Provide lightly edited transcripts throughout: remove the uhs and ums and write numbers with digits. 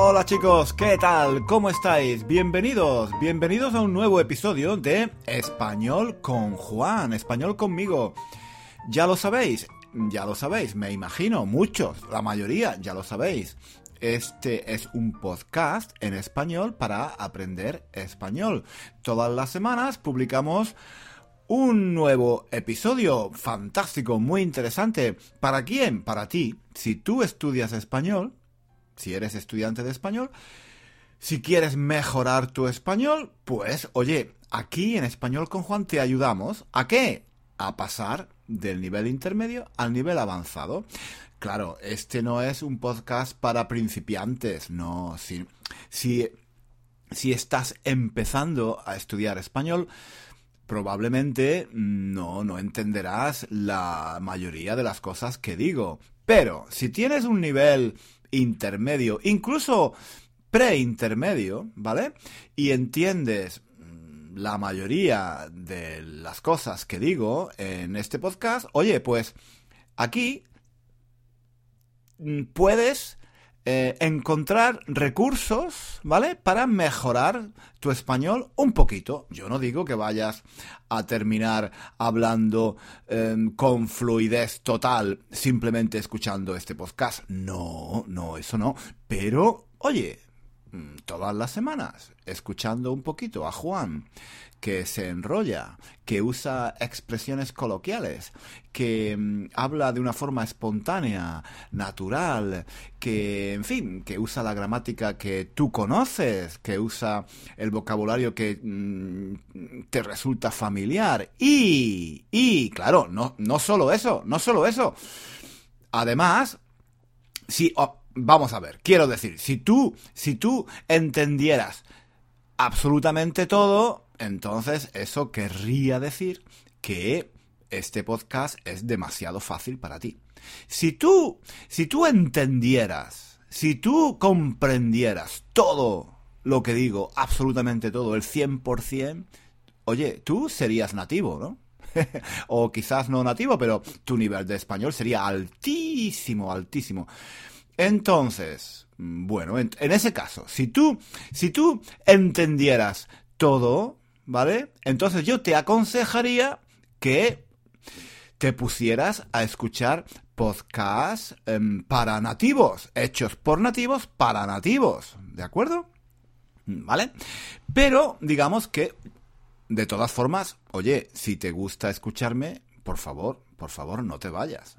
Hola chicos, ¿qué tal? ¿Cómo estáis? Bienvenidos a un nuevo episodio de Español con Juan, Español conmigo. Ya lo sabéis, me imagino, muchos, la mayoría, ya lo sabéis. Este es un podcast en español para aprender español. Todas las semanas publicamos un nuevo episodio fantástico, muy interesante. ¿Para quién? Para ti. Si tú estudias español, si eres estudiante de español, si quieres mejorar tu español, pues, oye, aquí en Español con Juan te ayudamos. ¿A qué? A pasar del nivel intermedio al nivel avanzado. Claro, este no es un podcast para principiantes, no. Si estás empezando a estudiar español, probablemente no entenderás la mayoría de las cosas que digo. Pero si tienes un nivel intermedio, incluso preintermedio, ¿vale? Y entiendes la mayoría de las cosas que digo en este podcast, oye, pues aquí puedes encontrar recursos, ¿vale? Para mejorar tu español un poquito. Yo no digo que vayas a terminar hablando con fluidez total simplemente escuchando este podcast. No, eso no. Pero, oye, todas las semanas, escuchando un poquito a Juan, que se enrolla, que usa expresiones coloquiales, que habla de una forma espontánea, natural, que, en fin, que usa la gramática que tú conoces, que usa el vocabulario que te resulta familiar. Y claro, no solo eso. Además, vamos a ver, quiero decir, si tú entendieras absolutamente todo, entonces eso querría decir que este podcast es demasiado fácil para ti. Si tú entendieras, si tú comprendieras todo lo que digo, absolutamente todo, el 100%, oye, tú serías nativo, ¿no? O quizás no nativo, pero tu nivel de español sería altísimo. Entonces, bueno, en ese caso, si tú entendieras todo, ¿vale? Entonces yo te aconsejaría que te pusieras a escuchar podcasts para nativos, hechos por nativos para nativos, ¿de acuerdo? ¿Vale? Pero digamos que, de todas formas, oye, si te gusta escucharme, por favor, no te vayas.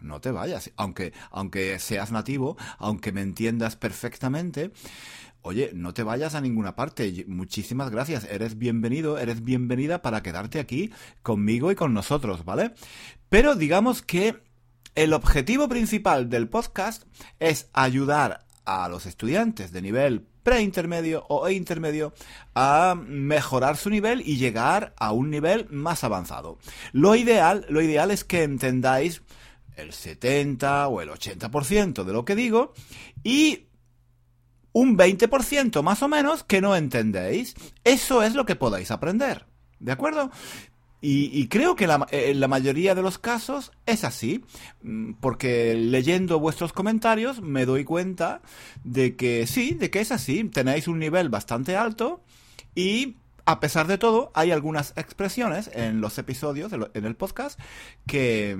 Aunque seas nativo, aunque me entiendas perfectamente, oye, no te vayas a ninguna parte. Muchísimas gracias. Eres bienvenido, eres bienvenida para quedarte aquí conmigo y con nosotros, ¿vale? Pero digamos que el objetivo principal del podcast es ayudar a los estudiantes de nivel preintermedio o intermedio a mejorar su nivel y llegar a un nivel más avanzado. Lo ideal es que entendáis el 70 o el 80% de lo que digo y un 20% más o menos que no entendéis. Eso es lo que podáis aprender, ¿de acuerdo? Y creo que en la mayoría de los casos es así, porque leyendo vuestros comentarios me doy cuenta de que sí, de que es así. Tenéis un nivel bastante alto y, a pesar de todo, hay algunas expresiones en los episodios, en el podcast, que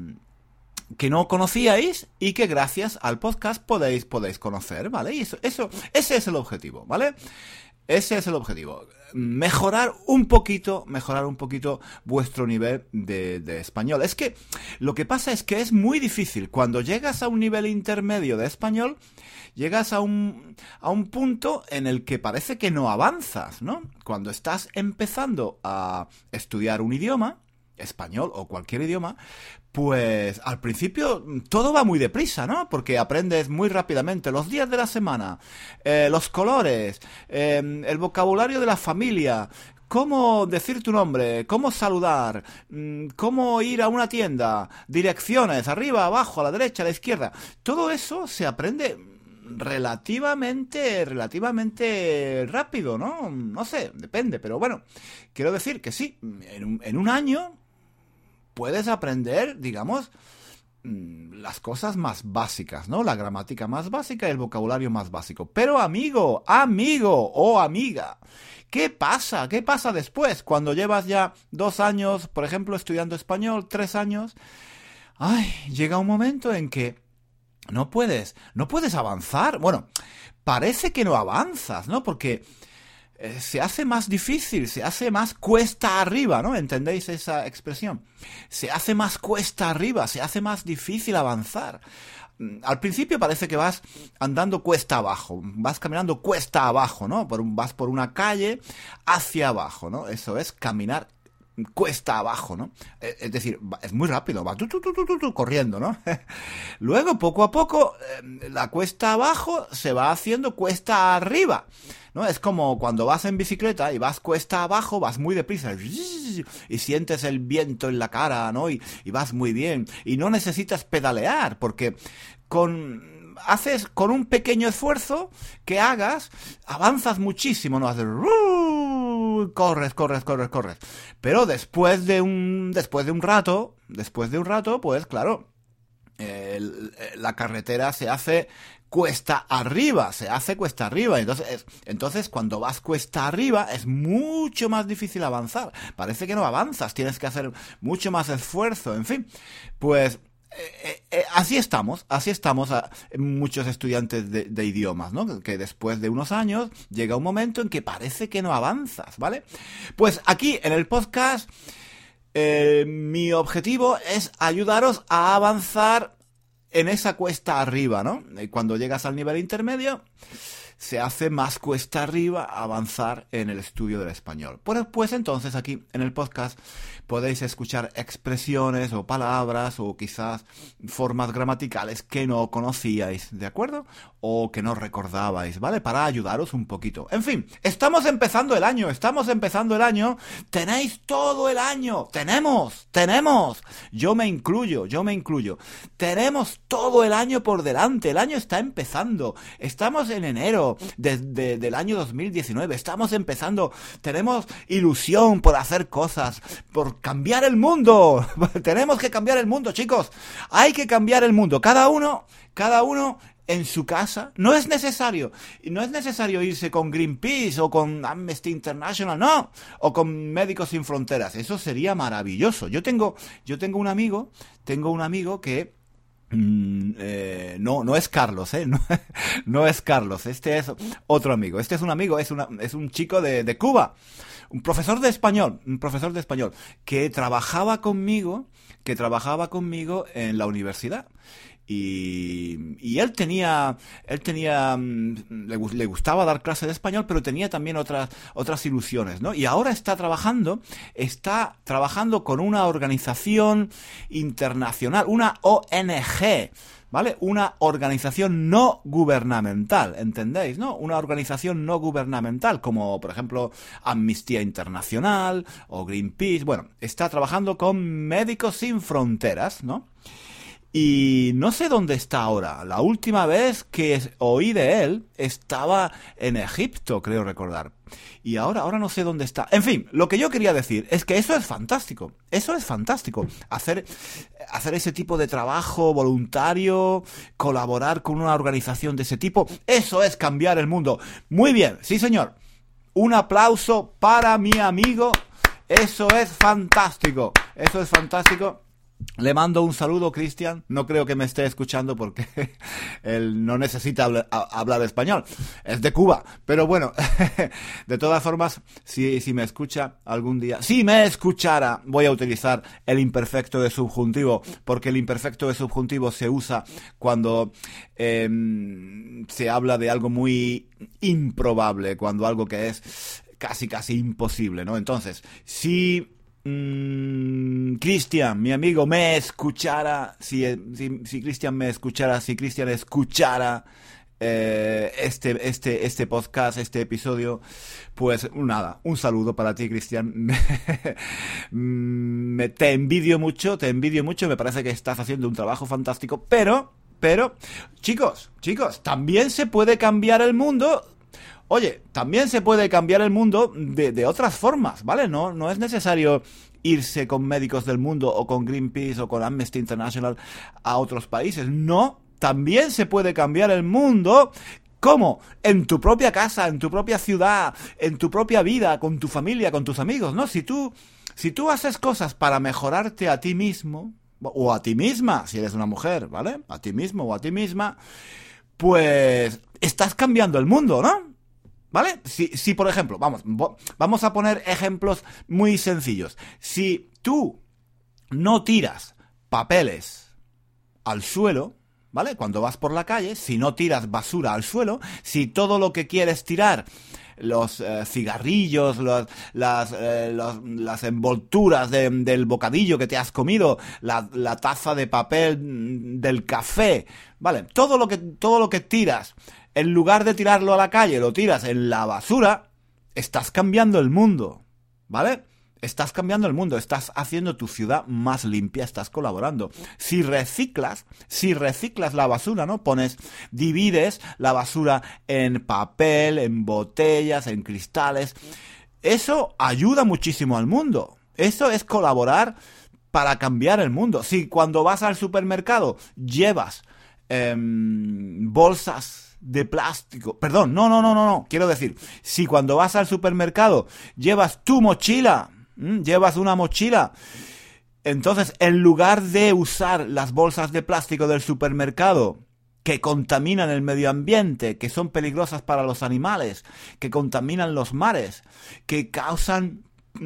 no conocíais y que gracias al podcast podéis conocer, ¿vale? Y ese es el objetivo, ¿vale? Ese es el objetivo. Mejorar un poquito vuestro nivel de español. Es que lo que pasa es que es muy difícil. Cuando llegas a un nivel intermedio de español, llegas a un punto en el que parece que no avanzas, ¿no? Cuando estás empezando a estudiar un idioma, español o cualquier idioma, pues al principio todo va muy deprisa, ¿no? Porque aprendes muy rápidamente los días de la semana, los colores, el vocabulario de la familia, cómo decir tu nombre, cómo saludar, cómo ir a una tienda, direcciones, arriba, abajo, a la derecha, a la izquierda. Todo eso se aprende relativamente rápido, ¿no? No sé, depende, pero bueno, quiero decir que sí, en un año puedes aprender, digamos, las cosas más básicas, ¿no? La gramática más básica y el vocabulario más básico. Pero amigo o amiga, ¿qué pasa? ¿Qué pasa después? Cuando llevas ya 2 años, por ejemplo, estudiando español, 3 años, llega un momento en que no puedes avanzar. Bueno, parece que no avanzas, ¿no? Porque se hace más difícil, se hace más cuesta arriba, ¿no? ¿Entendéis esa expresión? Se hace más cuesta arriba, se hace más difícil avanzar. Al principio parece que vas andando cuesta abajo, vas caminando cuesta abajo, ¿no? Vas por una calle hacia abajo, ¿no? Eso es caminar cuesta abajo, ¿no? Es decir, es muy rápido, va corriendo, ¿no? Luego, poco a poco, la cuesta abajo se va haciendo cuesta arriba, ¿no? Es como cuando vas en bicicleta y vas cuesta abajo, vas muy deprisa y sientes el viento en la cara, ¿no? Y vas muy bien. Y no necesitas pedalear, porque con un pequeño esfuerzo que hagas, avanzas muchísimo, ¿no? Haces corres. Pero después de un rato, pues claro, la carretera se hace cuesta arriba. Entonces cuando vas cuesta arriba es mucho más difícil avanzar. Parece que no avanzas, tienes que hacer mucho más esfuerzo, en fin. Pues así estamos muchos estudiantes de idiomas, ¿no? Que después de unos años llega un momento en que parece que no avanzas, ¿vale? Pues aquí en el podcast mi objetivo es ayudaros a avanzar en esa cuesta arriba, ¿no? Y cuando llegas al nivel intermedio se hace más cuesta arriba avanzar en el estudio del español. Pues entonces aquí en el podcast podéis escuchar expresiones o palabras o quizás formas gramaticales que no conocíais, ¿de acuerdo? O que no recordabais, ¿vale? Para ayudaros un poquito. En fin, estamos empezando el año. Tenéis todo el año. Tenemos. Yo me incluyo. Tenemos todo el año por delante. El año está empezando. Estamos en enero del año 2019. Estamos empezando. Tenemos ilusión por hacer cosas, por cambiar el mundo. Tenemos que cambiar el mundo, chicos. Hay que cambiar el mundo. Cada uno en su casa. No es necesario irse con Greenpeace o con Amnesty International, no, o con Médicos Sin Fronteras. Eso sería maravilloso. Yo tengo un amigo que no es Carlos, no es Carlos. Este es otro amigo. Este es un amigo, es un chico de Cuba, un profesor de español, que trabajaba conmigo en la universidad. Y él le gustaba dar clase de español, pero tenía también otras ilusiones, ¿no? Y ahora está trabajando con una organización internacional, una ONG, ¿vale? Una organización no gubernamental, ¿entendéis, no? Una organización no gubernamental, como por ejemplo Amnistía Internacional o Greenpeace. Bueno, está trabajando con Médicos Sin Fronteras, ¿no? Y no sé dónde está ahora. La última vez que oí de él estaba en Egipto, creo recordar. Y ahora no sé dónde está. En fin, lo que yo quería decir es que eso es fantástico. Hacer ese tipo de trabajo voluntario, colaborar con una organización de ese tipo, eso es cambiar el mundo. Muy bien, sí señor. Un aplauso para mi amigo. Eso es fantástico. Le mando un saludo, Cristian. No creo que me esté escuchando porque él no necesita hablar español. Es de Cuba. Pero bueno, de todas formas, si me escucha algún día... Si me escuchara, voy a utilizar el imperfecto de subjuntivo, porque el imperfecto de subjuntivo se usa cuando se habla de algo muy improbable, cuando algo que es casi imposible, ¿no? Entonces, si... Cristian, mi amigo, me escuchara, si Cristian me escuchara, si Cristian escuchara este podcast, este episodio, pues nada, un saludo para ti, Cristian. Te envidio mucho, me parece que estás haciendo un trabajo fantástico, pero, chicos, también se puede cambiar el mundo. Oye, también se puede cambiar el mundo de otras formas, ¿vale? No es necesario irse con Médicos del Mundo o con Greenpeace o con Amnesty International a otros países. No, también se puede cambiar el mundo. ¿Cómo? En tu propia casa, en tu propia ciudad, en tu propia vida, con tu familia, con tus amigos, ¿no? Si tú haces cosas para mejorarte a ti mismo, o a ti misma, si eres una mujer, ¿vale? A ti mismo o a ti misma, pues estás cambiando el mundo, ¿no? ¿Vale? Si por ejemplo, vamos a poner ejemplos muy sencillos. Si tú no tiras papeles al suelo, ¿vale? Cuando vas por la calle, si no tiras basura al suelo, si todo lo que quieres tirar, los cigarrillos, las envolturas del bocadillo que te has comido, la taza de papel del café, ¿vale? Todo lo que tiras, en lugar de tirarlo a la calle, lo tiras en la basura, estás cambiando el mundo, ¿vale? Estás cambiando el mundo, estás haciendo tu ciudad más limpia, estás colaborando. Si reciclas la basura, ¿no? Divides la basura en papel, en botellas, en cristales. Eso ayuda muchísimo al mundo. Eso es colaborar para cambiar el mundo. Si cuando vas al supermercado llevas bolsas de plástico, perdón, no, quiero decir, si cuando vas al supermercado llevas tu mochila, llevas una mochila, entonces en lugar de usar las bolsas de plástico del supermercado que contaminan el medio ambiente, que son peligrosas para los animales, que contaminan los mares, que causan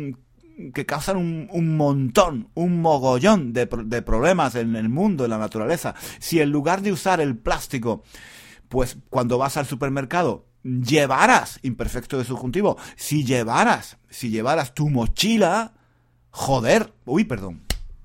un montón, un mogollón de problemas en el mundo, en la naturaleza, si en lugar de usar el plástico, pues cuando vas al supermercado llevaras, imperfecto de subjuntivo, si llevaras tu mochila, joder, perdón,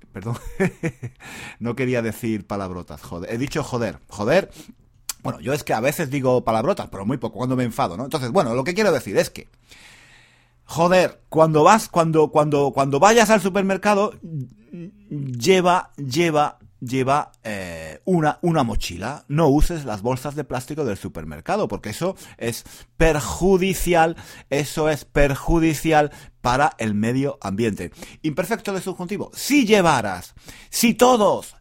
no quería decir palabrotas, joder, he dicho joder, bueno, yo es que a veces digo palabrotas, pero muy poco, cuando me enfado, ¿no? Entonces, bueno, lo que quiero decir es que, joder, cuando vayas al supermercado, lleva una mochila. No uses las bolsas de plástico del supermercado, porque eso es perjudicial para el medio ambiente. Imperfecto de subjuntivo. Si todos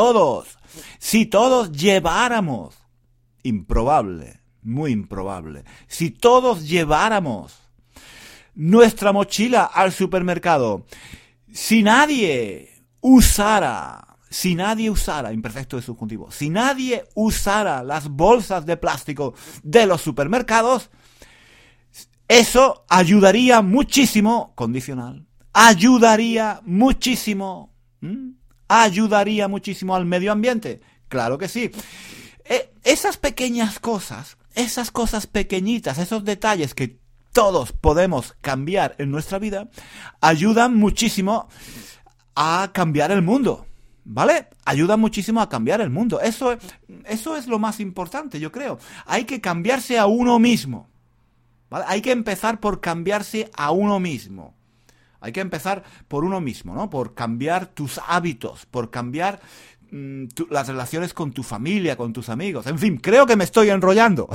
lleváramos, improbable, muy improbable, si todos lleváramos nuestra mochila al supermercado, si nadie usara, imperfecto de subjuntivo, si nadie usara las bolsas de plástico de los supermercados, eso ayudaría muchísimo, condicional, ayudaría muchísimo al medio ambiente. Claro que sí. Esas pequeñas cosas, esas cosas pequeñitas, esos detalles que todos podemos cambiar en nuestra vida, ayudan muchísimo a cambiar el mundo, ¿vale? Ayuda muchísimo a cambiar el mundo. Eso es lo más importante, yo creo. Hay que cambiarse a uno mismo, ¿vale? Hay que empezar por cambiarse a uno mismo. Hay que empezar por uno mismo, ¿no? Por cambiar tus hábitos, por cambiar las relaciones con tu familia, con tus amigos. En fin, creo que me estoy enrollando.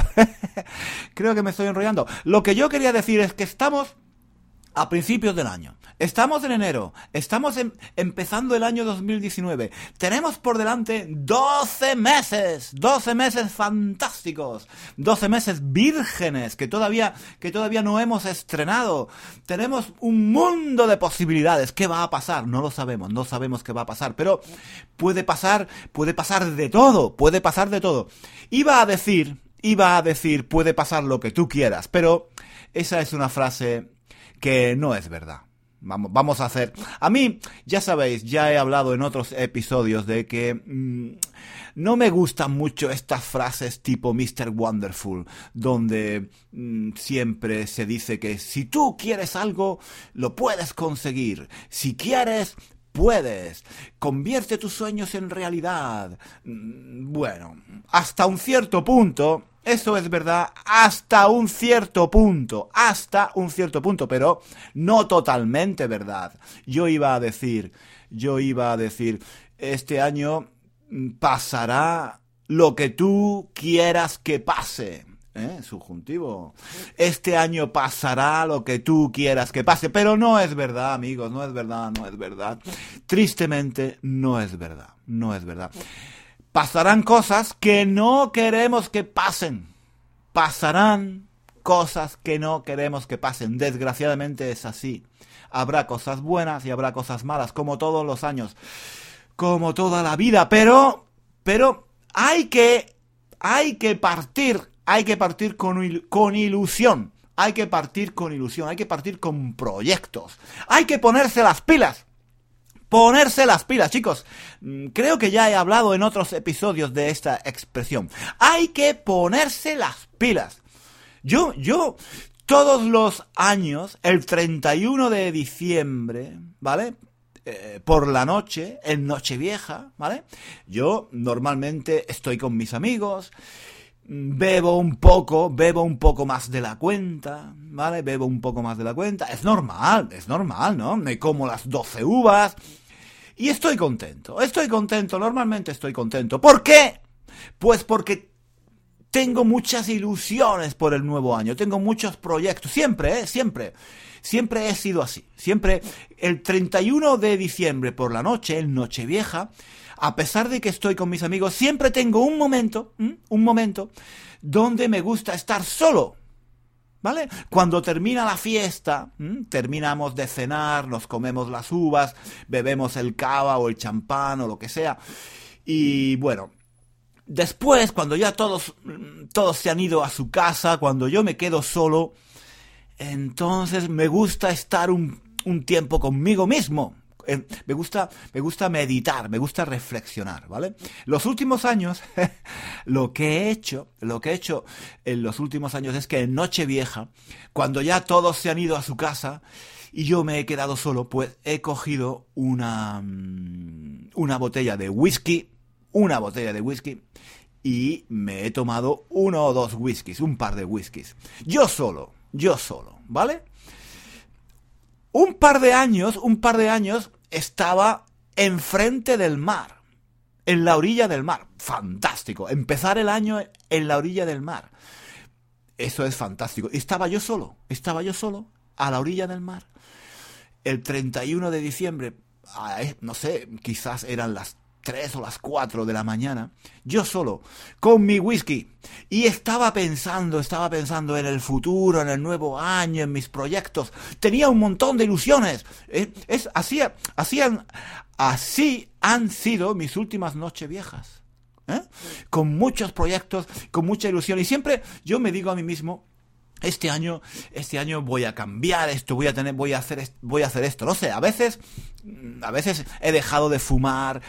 Lo que yo quería decir es que estamos a principios del año. Estamos en enero. Estamos empezando el año 2019. Tenemos por delante 12 meses. 12 meses fantásticos. 12 meses vírgenes que todavía no hemos estrenado. Tenemos un mundo de posibilidades. ¿Qué va a pasar? No lo sabemos. No sabemos qué va a pasar. Pero puede pasar de todo. Puede pasar de todo. Iba a decir, puede pasar lo que tú quieras. Pero esa es una frase que no es verdad. Vamos a hacer... A mí, ya sabéis, ya he hablado en otros episodios de que no me gustan mucho estas frases tipo Mr. Wonderful, donde siempre se dice que si tú quieres algo, lo puedes conseguir. Si quieres, puedes. Convierte tus sueños en realidad. Bueno, hasta un cierto punto... Eso es verdad hasta un cierto punto, pero no totalmente verdad. Yo iba a decir, este año pasará lo que tú quieras que pase. Subjuntivo. Este año pasará lo que tú quieras que pase, pero no es verdad, amigos, no es verdad, no es verdad. Tristemente, no es verdad, no es verdad. Pasarán cosas que no queremos que pasen. Pasarán cosas que no queremos que pasen. Desgraciadamente es así. Habrá cosas buenas y habrá cosas malas, como todos los años, como toda la vida, pero hay que partir con ilusión, hay que partir con ilusión, hay que partir con proyectos, hay que ponerse las pilas. Ponerse las pilas, chicos. Creo que ya he hablado en otros episodios de esta expresión. Hay que ponerse las pilas. Yo, todos los años, el 31 de diciembre, ¿vale? Por la noche, en Nochevieja, ¿vale? Yo normalmente estoy con mis amigos, bebo un poco más de la cuenta, ¿vale? Bebo un poco más de la cuenta. Es normal, ¿no? Me como las 12 uvas y estoy contento, normalmente estoy contento. ¿Por qué? Pues porque tengo muchas ilusiones por el nuevo año, tengo muchos proyectos, siempre he sido así, siempre el 31 de diciembre por la noche, en Nochevieja, a pesar de que estoy con mis amigos, siempre tengo un momento donde me gusta estar solo, ¿vale? Cuando termina la fiesta, terminamos de cenar, nos comemos las uvas, bebemos el cava o el champán o lo que sea, y bueno, después, cuando ya todos se han ido a su casa, cuando yo me quedo solo, entonces me gusta estar un tiempo conmigo mismo. Me gusta meditar, me gusta reflexionar, ¿vale? Los últimos años, lo que he hecho en los últimos años es que en Nochevieja, cuando ya todos se han ido a su casa y yo me he quedado solo, pues he cogido una botella de whisky, y me he tomado un par de whiskies. Yo solo, ¿vale? Un par de años estaba enfrente del mar, en la orilla del mar. Fantástico, empezar el año en la orilla del mar. Eso es fantástico. Estaba yo solo, a la orilla del mar. El 31 de diciembre, no sé, quizás eran las 3 o las 4 de la mañana, yo solo, con mi whisky, y estaba pensando en el futuro, en el nuevo año, en mis proyectos. Tenía un montón de ilusiones. Así han sido mis últimas Nocheviejas, con muchos proyectos, con mucha ilusión, y siempre yo me digo a mí mismo, este año voy a cambiar esto, voy a hacer esto. No sé, a veces he dejado de fumar,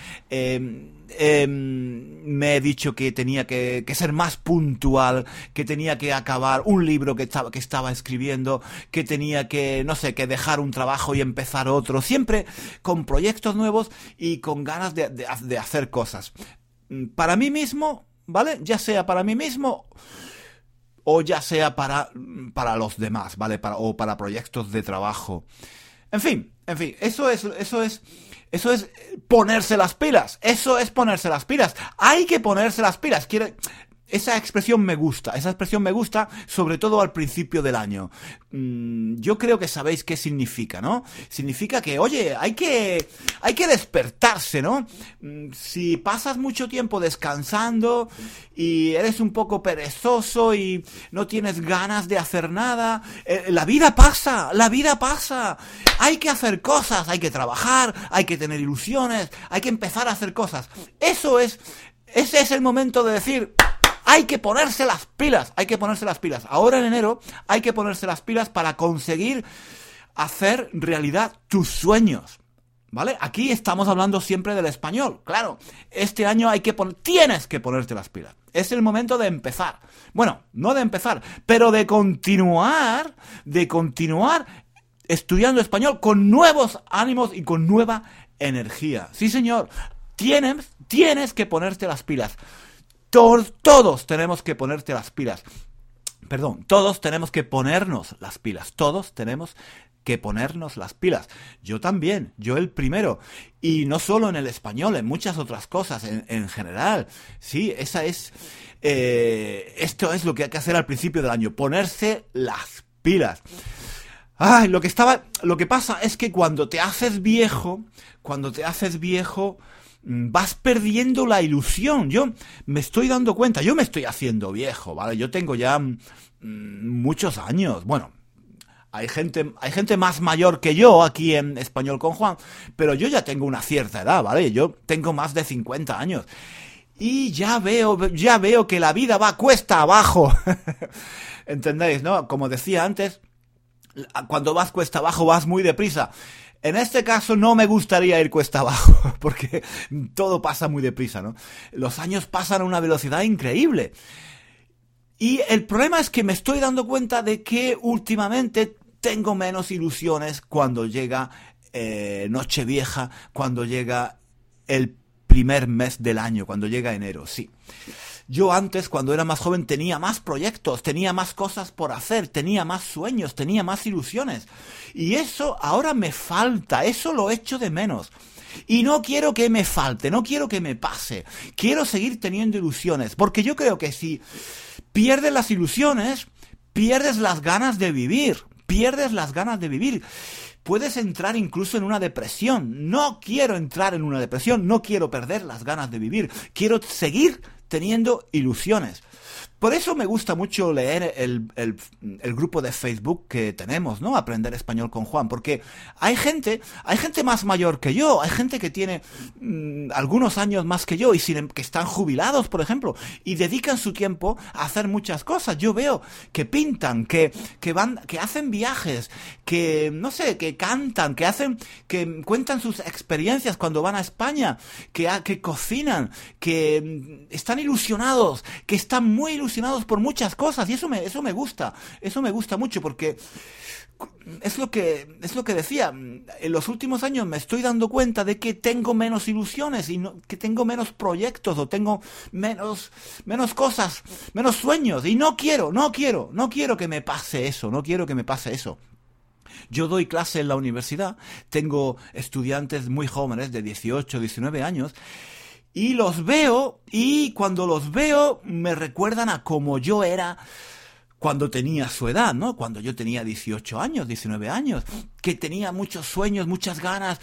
me he dicho que tenía que ser más puntual, que tenía que acabar un libro que estaba escribiendo, que tenía que, no sé, que dejar un trabajo y empezar otro, siempre con proyectos nuevos y con ganas de hacer cosas. Para mí mismo, ¿vale? Ya sea para mí mismo o ya sea para los demás, ¿vale? O para proyectos de trabajo. En fin, eso es ponerse las pilas. Eso es ponerse las pilas. Hay que ponerse las pilas. Esa expresión me gusta, sobre todo al principio del año. Yo creo que sabéis qué significa, ¿no? Significa que, oye, hay que despertarse, ¿no? Si pasas mucho tiempo descansando y eres un poco perezoso y no tienes ganas de hacer nada, la vida pasa. Hay que hacer cosas, hay que trabajar, hay que tener ilusiones, hay que empezar a hacer cosas. Ese es el momento de decir, hay que ponerse las pilas. Ahora en enero hay que ponerse las pilas para conseguir hacer realidad tus sueños, ¿vale? Aquí estamos hablando siempre del español. Claro, este año tienes que ponerte las pilas. Es el momento de empezar. Bueno, no de empezar, pero de continuar estudiando español con nuevos ánimos y con nueva energía. Sí, señor. Tienes que ponerte las pilas. Todos tenemos que ponerte las pilas. Todos tenemos que ponernos las pilas. Todos tenemos que ponernos las pilas. Yo también, yo el primero. Y no solo en el español, en muchas otras cosas, en general. Sí, esa es... esto es lo que hay que hacer al principio del año, ponerse las pilas. Ay, lo que pasa es que cuando te haces viejo, vas perdiendo la ilusión. Yo me estoy dando cuenta, yo me estoy haciendo viejo, ¿vale? Yo tengo ya muchos años. Bueno, hay gente más mayor que yo aquí en Español con Juan, pero yo ya tengo una cierta edad, ¿vale? Yo tengo más de 50 años. Y ya veo que la vida va cuesta abajo. ¿Entendéis, no? Como decía antes, cuando vas cuesta abajo vas muy deprisa. En este caso no me gustaría ir cuesta abajo, porque todo pasa muy deprisa, ¿no? Los años pasan a una velocidad increíble. Y el problema es que me estoy dando cuenta de que últimamente tengo menos ilusiones cuando llega Nochevieja, cuando llega el primer mes del año, cuando llega enero, sí. Yo antes, cuando era más joven, tenía más proyectos, tenía más cosas por hacer, tenía más sueños, tenía más ilusiones. Y eso ahora me falta, eso lo echo de menos. Y no quiero que me falte, no quiero que me pase. Quiero seguir teniendo ilusiones, porque yo creo que si pierdes las ilusiones, pierdes las ganas de vivir, Puedes entrar incluso en una depresión. No quiero entrar en una depresión, no quiero perder las ganas de vivir. Quiero seguir teniendo ilusiones. Por eso me gusta mucho leer el grupo de Facebook que tenemos, ¿no? Aprender Español con Juan, porque hay gente más mayor que yo, hay gente que tiene algunos años más que yo y que están jubilados, por ejemplo, y dedican su tiempo a hacer muchas cosas. Yo veo que pintan, que hacen viajes, que no sé, que cantan, que cuentan sus experiencias cuando van a España, que cocinan, que están ilusionados, que están muy ilusionados por muchas cosas, y eso me gusta mucho, porque es lo que decía, en los últimos años me estoy dando cuenta de que tengo menos ilusiones y que tengo menos proyectos, o tengo menos cosas, menos sueños, y no quiero que me pase eso. Yo doy clase en la universidad, tengo estudiantes muy jóvenes de 18, 19 años, y los veo, y cuando los veo me recuerdan a como yo era cuando tenía su edad, ¿no? Cuando yo tenía 18 años, 19 años, que tenía muchos sueños, muchas ganas,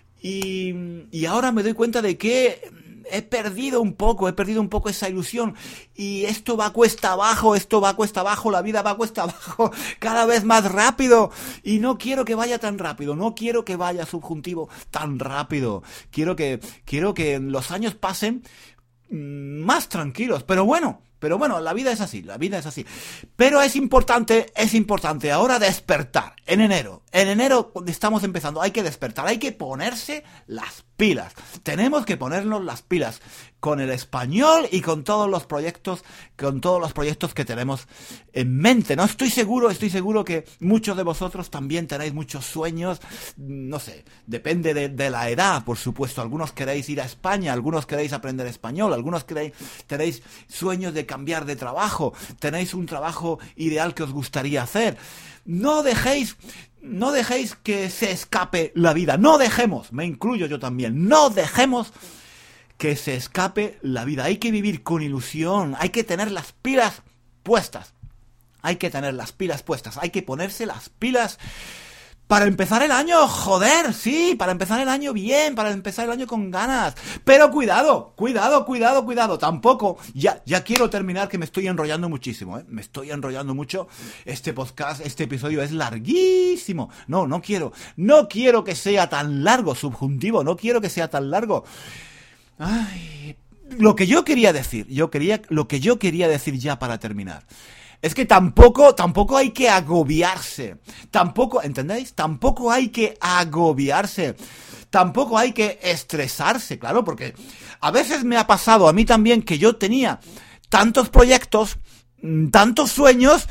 y ahora me doy cuenta de que he perdido un poco esa ilusión, y esto va cuesta abajo, la vida va cuesta abajo cada vez más rápido, y no quiero que vaya tan rápido, no quiero que vaya subjuntivo tan rápido, quiero que los años pasen más tranquilos, pero bueno, la vida es así. Pero es importante ahora despertar. En enero estamos empezando, hay que despertar, hay que ponerse las pilas. Tenemos que ponernos las pilas con el español y con todos los proyectos que tenemos en mente, ¿no? Estoy seguro que muchos de vosotros también tenéis muchos sueños, no sé, depende de la edad, por supuesto. Algunos queréis ir a España, algunos queréis aprender español, algunos tenéis sueños de cambiar de trabajo, tenéis un trabajo ideal que os gustaría hacer. No dejéis que se escape la vida, me incluyo yo también, no dejemos que se escape la vida. Hay que vivir con ilusión, hay que tener las pilas puestas, hay que ponerse las pilas para empezar el año, joder, sí, para empezar el año bien, para empezar el año con ganas. Pero cuidado, tampoco, ya quiero terminar, que me estoy enrollando muchísimo, me estoy enrollando mucho. Este podcast, este episodio es larguísimo. No quiero que sea tan largo, subjuntivo, no quiero que sea tan largo. Ay, lo que yo quería decir ya para terminar, es que tampoco hay que agobiarse. ¿Entendéis? Tampoco hay que agobiarse. Tampoco hay que estresarse, claro, porque a veces me ha pasado a mí también que yo tenía tantos proyectos, tantos sueños,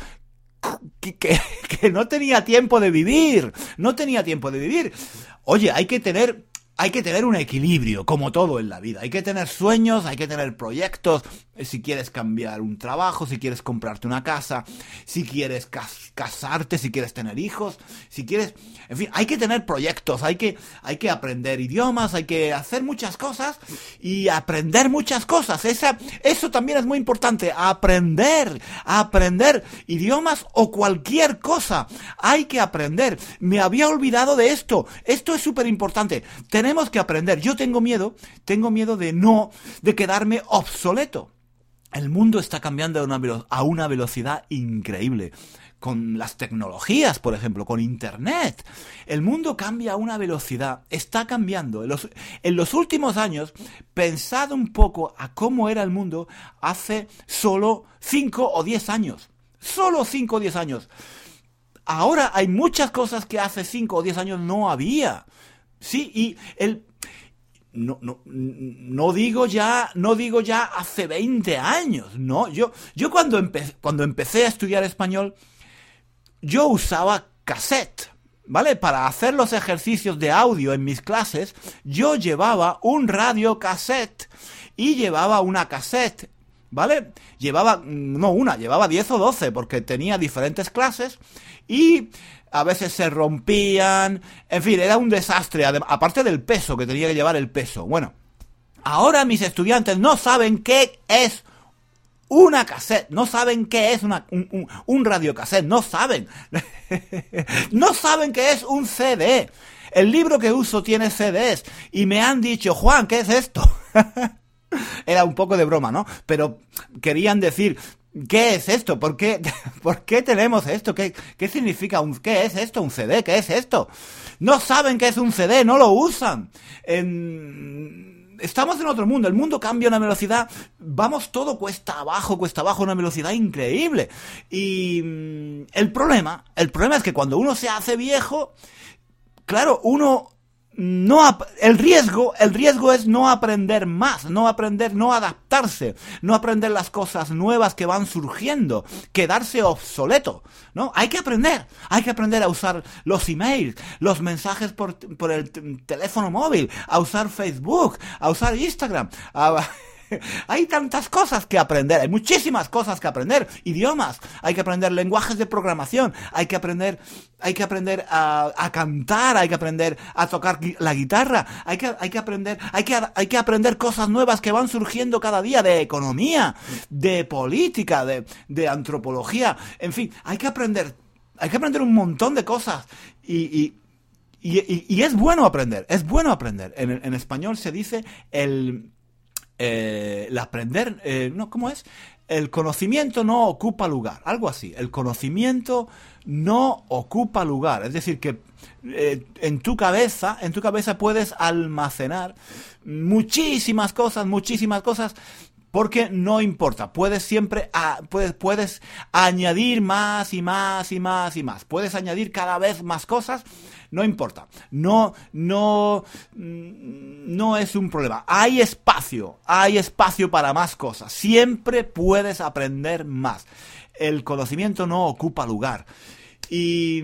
que no tenía tiempo de vivir. Oye, hay que tener hay que tener un equilibrio, como todo en la vida. Hay que tener sueños, hay que tener proyectos. Si quieres cambiar un trabajo, si quieres comprarte una casa, si quieres casarte, si quieres tener hijos, si quieres... En fin, hay que tener proyectos, hay que aprender idiomas, hay que hacer muchas cosas y aprender muchas cosas. Eso también es muy importante, aprender idiomas o cualquier cosa. Hay que aprender. Me había olvidado de esto. Esto es súper importante. Tenemos que aprender. Yo tengo miedo de quedarme obsoleto. El mundo está cambiando a una velocidad increíble. Con las tecnologías, por ejemplo, con Internet. El mundo cambia a una velocidad, está cambiando. En los últimos años, pensad un poco a cómo era el mundo hace solo 5 o 10 años. Solo 5 o 10 años. Ahora hay muchas cosas que hace 5 o 10 años no había. Sí, y no digo ya hace 20 años, no. Yo cuando empecé a estudiar español, yo usaba cassette, ¿vale? Para hacer los ejercicios de audio en mis clases, yo llevaba un radiocassette y llevaba una cassette, ¿vale? Llevaba 10 o 12, porque tenía diferentes clases y a veces se rompían, en fin, era un desastre, aparte del peso, que tenía que llevar el peso. Bueno, ahora mis estudiantes no saben qué es una cassette, no saben qué es un radiocassette, no saben. No saben qué es un CD. El libro que uso tiene CDs y me han dicho, Juan, ¿qué es esto? Era un poco de broma, ¿no? Pero querían decir, ¿qué es esto? ¿Por qué tenemos esto? ¿Qué significa qué es esto? ¿Un CD? ¿Qué es esto? No saben qué es un CD, no lo usan. Estamos en otro mundo, el mundo cambia a una velocidad, todo cuesta abajo a una velocidad increíble. Y el problema es que cuando uno se hace viejo, claro, el riesgo es no aprender más, no adaptarse, no aprender las cosas nuevas que van surgiendo, quedarse obsoleto, ¿no? Hay que aprender a usar los emails, los mensajes por el teléfono móvil, a usar Facebook, a usar Instagram, hay tantas cosas que aprender, hay muchísimas cosas que aprender, idiomas, hay que aprender lenguajes de programación, hay que aprender a cantar, hay que aprender a tocar la guitarra, hay que aprender cosas nuevas que van surgiendo cada día, de economía, de política, de antropología, en fin, hay que aprender un montón de cosas y es bueno aprender, En español se dice el aprender, ¿cómo es? El conocimiento no ocupa lugar, algo así. El conocimiento no ocupa lugar, es decir que en tu cabeza puedes almacenar muchísimas cosas, porque no importa, puedes siempre puedes añadir más y más y más y más, puedes añadir cada vez más cosas. No importa, no es un problema. Hay espacio para más cosas. Siempre puedes aprender más. El conocimiento no ocupa lugar. Y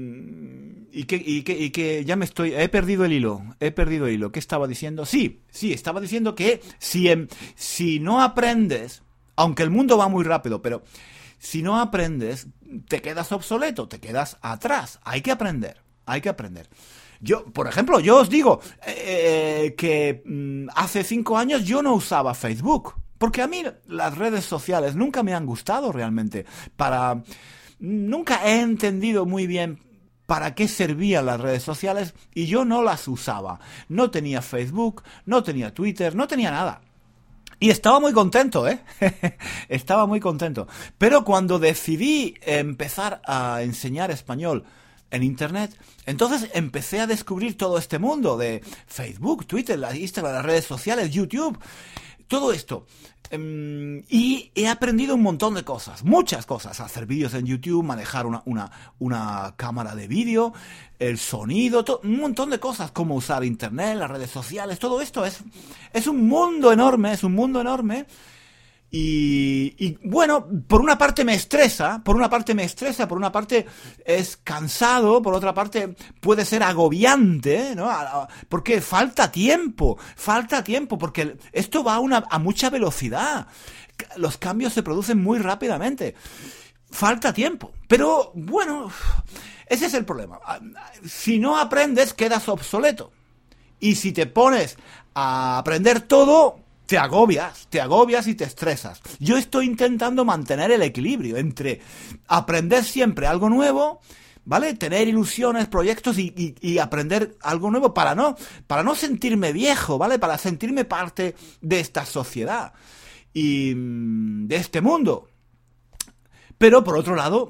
que ya he perdido el hilo. ¿Qué estaba diciendo? Sí, estaba diciendo que si no aprendes, aunque el mundo va muy rápido, pero si no aprendes, te quedas obsoleto, te quedas atrás. Hay que aprender. Yo, por ejemplo, yo os digo que hace 5 años yo no usaba Facebook, porque a mí las redes sociales nunca me han gustado realmente. Nunca he entendido muy bien para qué servían las redes sociales y yo no las usaba. No tenía Facebook, no tenía Twitter, no tenía nada. Y estaba muy contento, Estaba muy contento. Pero cuando decidí empezar a enseñar español en Internet, entonces empecé a descubrir todo este mundo de Facebook, Twitter, Instagram, las redes sociales, YouTube, todo esto. Y he aprendido un montón de cosas, muchas cosas, hacer vídeos en YouTube, manejar una cámara de vídeo, el sonido, un montón de cosas, cómo usar Internet, las redes sociales, todo esto es un mundo enorme, Y bueno, por una parte me estresa, por una parte es cansado, por otra parte puede ser agobiante, ¿no? Porque falta tiempo, porque esto va a mucha velocidad. Los cambios se producen muy rápidamente. Falta tiempo. Pero bueno, ese es el problema. Si no aprendes, quedas obsoleto. Y si te pones a aprender todo, te agobias y te estresas. Yo estoy intentando mantener el equilibrio entre aprender siempre algo nuevo, ¿vale? Tener ilusiones, proyectos y aprender algo nuevo para no sentirme viejo, ¿vale? Para sentirme parte de esta sociedad y de este mundo. Pero por otro lado,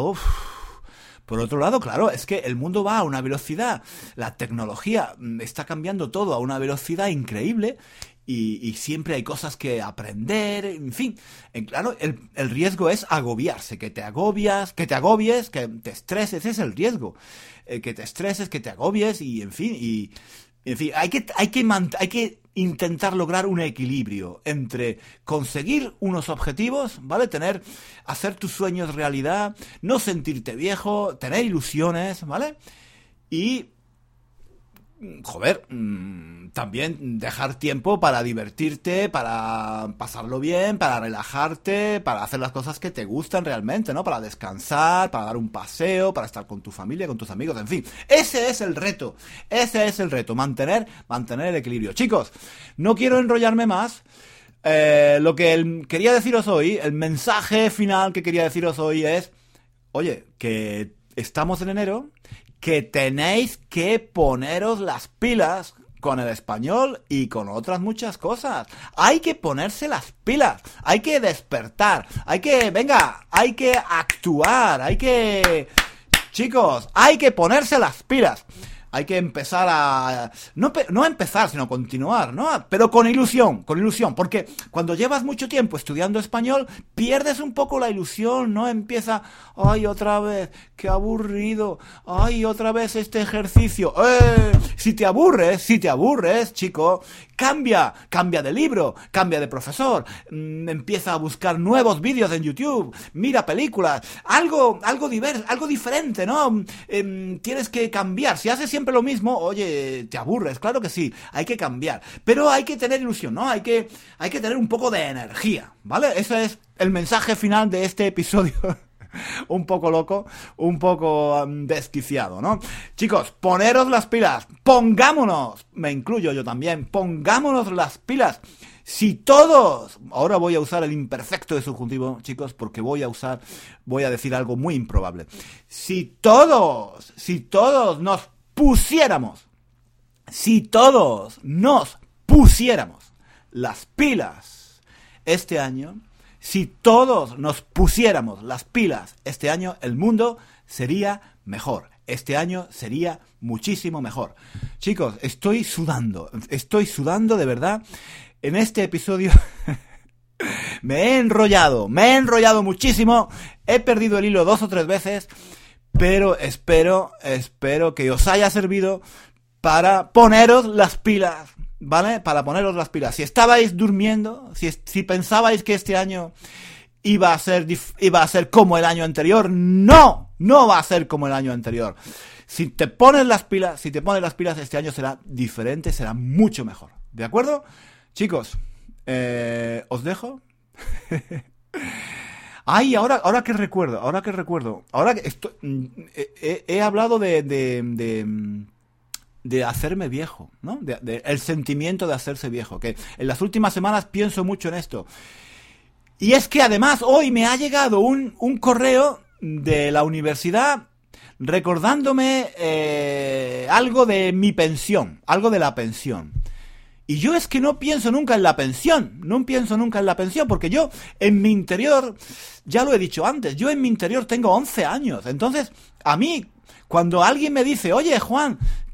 claro, es que el mundo va a una velocidad, la tecnología está cambiando todo a una velocidad increíble y siempre hay cosas que aprender, en fin. Claro, el riesgo es agobiarse, que te agobies, que te estreses, ese es el riesgo. Que te estreses, que te agobies y en fin, hay que intentar lograr un equilibrio entre conseguir unos objetivos, ¿vale? Hacer tus sueños realidad, no sentirte viejo, tener ilusiones, ¿vale? Y también dejar tiempo para divertirte, para pasarlo bien, para relajarte, para hacer las cosas que te gustan realmente, ¿no? Para descansar, para dar un paseo, para estar con tu familia, con tus amigos, en fin. Ese es el reto, mantener el equilibrio. Chicos, no quiero enrollarme más. Lo que quería deciros hoy, el mensaje final que quería deciros hoy es, oye, que estamos en enero, que tenéis que poneros las pilas con el español y con otras muchas cosas. Hay que ponerse las pilas, hay que despertar, hay que actuar, chicos, hay que ponerse las pilas. Hay que empezar no empezar, sino continuar, ¿no? Pero con ilusión, porque cuando llevas mucho tiempo estudiando español, pierdes un poco la ilusión, ¿no? Empieza, ay, otra vez, qué aburrido, ay, otra vez este ejercicio. Si te aburres, chico, cambia de libro, cambia de profesor, empieza a buscar nuevos vídeos en YouTube, mira películas, algo diverso, algo diferente, ¿no? Tienes que cambiar. Si haces siempre lo mismo, oye, te aburres, claro que sí, hay que cambiar, pero hay que tener ilusión, ¿no? Hay que tener un poco de energía, ¿vale? Ese es el mensaje final de este episodio. Un poco loco, un poco desquiciado, ¿no? Chicos, poneros las pilas, pongámonos, me incluyo yo también, pongámonos las pilas. Si todos, ahora voy a usar el imperfecto de subjuntivo, chicos, porque voy a decir algo muy improbable. Si todos nos pusiéramos las pilas este año, si todos nos pusiéramos las pilas este año, el mundo sería mejor. Este año sería muchísimo mejor. Chicos, estoy sudando de verdad. En este episodio me he enrollado muchísimo. He perdido el hilo 2 o 3 veces, pero espero que os haya servido para poneros las pilas, ¿vale? Para poneros las pilas. Si estabais durmiendo, si pensabais que este año iba a ser como el año anterior, no va a ser como el año anterior. Si te pones las pilas, este año será diferente, será mucho mejor. ¿De acuerdo? Chicos, os dejo. Ay, ahora que recuerdo, ahora que he hablado de hacerme viejo, ¿no? El sentimiento de hacerse viejo, que en las últimas semanas pienso mucho en esto. Y es que además hoy me ha llegado un correo de la universidad recordándome algo de mi pensión, algo de la pensión. Y yo es que no pienso nunca en la pensión, porque yo en mi interior, ya lo he dicho antes, yo en mi interior tengo 11 años. Entonces, a mí, cuando alguien me dice, oye, Juan,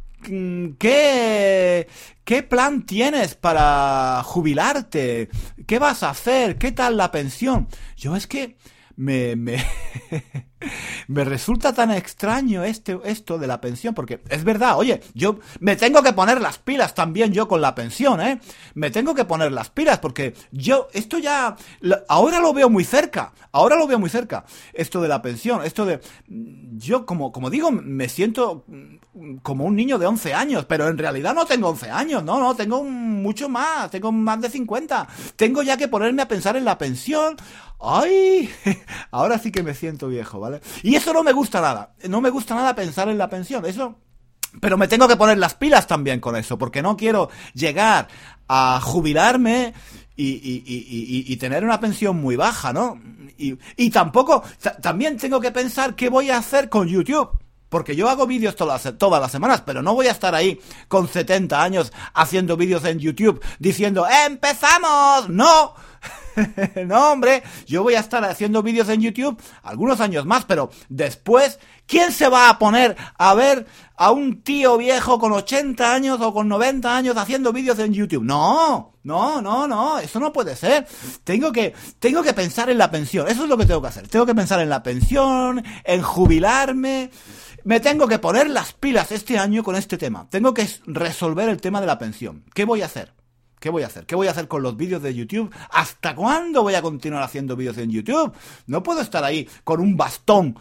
¿qué plan tienes para jubilarte? ¿Qué vas a hacer? ¿Qué tal la pensión? Yo es que Me resulta tan extraño esto de la pensión, porque es verdad, oye, yo me tengo que poner las pilas también yo con la pensión, ¿eh? Me tengo que poner las pilas, porque yo, esto ya, ahora lo veo muy cerca, esto de la pensión, yo como digo, me siento como un niño de 11 años, pero en realidad no tengo 11 años, no, tengo mucho más, tengo más de 50, tengo ya que ponerme a pensar en la pensión. ¡Ay! Ahora sí que me siento viejo, ¿vale? Y eso no me gusta nada pensar en la pensión, eso. Pero me tengo que poner las pilas también con eso, porque no quiero llegar a jubilarme y tener una pensión muy baja, ¿no? Y tampoco, también tengo que pensar qué voy a hacer con YouTube. Porque yo hago vídeos todas las semanas, pero no voy a estar ahí con 70 años haciendo vídeos en YouTube diciendo ¡empezamos! ¡No! No, hombre, yo voy a estar haciendo vídeos en YouTube algunos años más, pero después, ¿quién se va a poner a ver a un tío viejo con 80 años o con 90 años haciendo vídeos en YouTube? No, eso no puede ser. Tengo que pensar en la pensión, eso es lo que tengo que hacer. Tengo que pensar en la pensión, en jubilarme. Me tengo que poner las pilas este año con este tema. Tengo que resolver el tema de la pensión. ¿Qué voy a hacer? ¿Qué voy a hacer con los vídeos de YouTube? ¿Hasta cuándo voy a continuar haciendo vídeos en YouTube? No puedo estar ahí con un bastón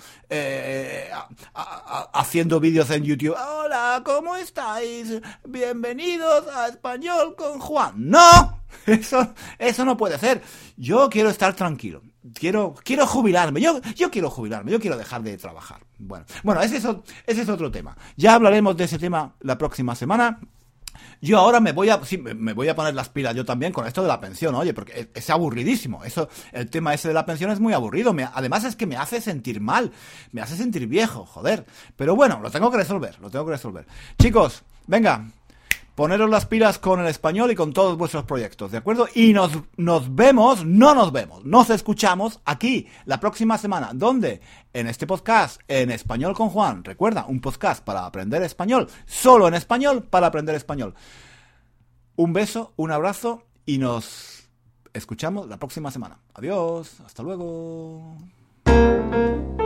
haciendo vídeos en YouTube. Hola, ¿cómo estáis? Bienvenidos a Español con Juan. ¡No! Eso no puede ser. Yo quiero estar tranquilo. Quiero jubilarme. Yo quiero jubilarme. Yo quiero dejar de trabajar. Bueno, ese es otro tema. Ya hablaremos de ese tema la próxima semana. Yo ahora me voy a poner las pilas yo también con esto de la pensión, oye, porque es aburridísimo. El tema ese de la pensión es muy aburrido. Además es que me hace sentir mal, me hace sentir viejo, joder. Pero bueno, lo tengo que resolver. Chicos, venga, poneros las pilas con el español y con todos vuestros proyectos, ¿de acuerdo? Y nos escuchamos aquí la próxima semana. ¿Dónde? En este podcast, en Español con Juan. Recuerda, un podcast para aprender español, solo en español para aprender español. Un beso, un abrazo y nos escuchamos la próxima semana. Adiós, hasta luego.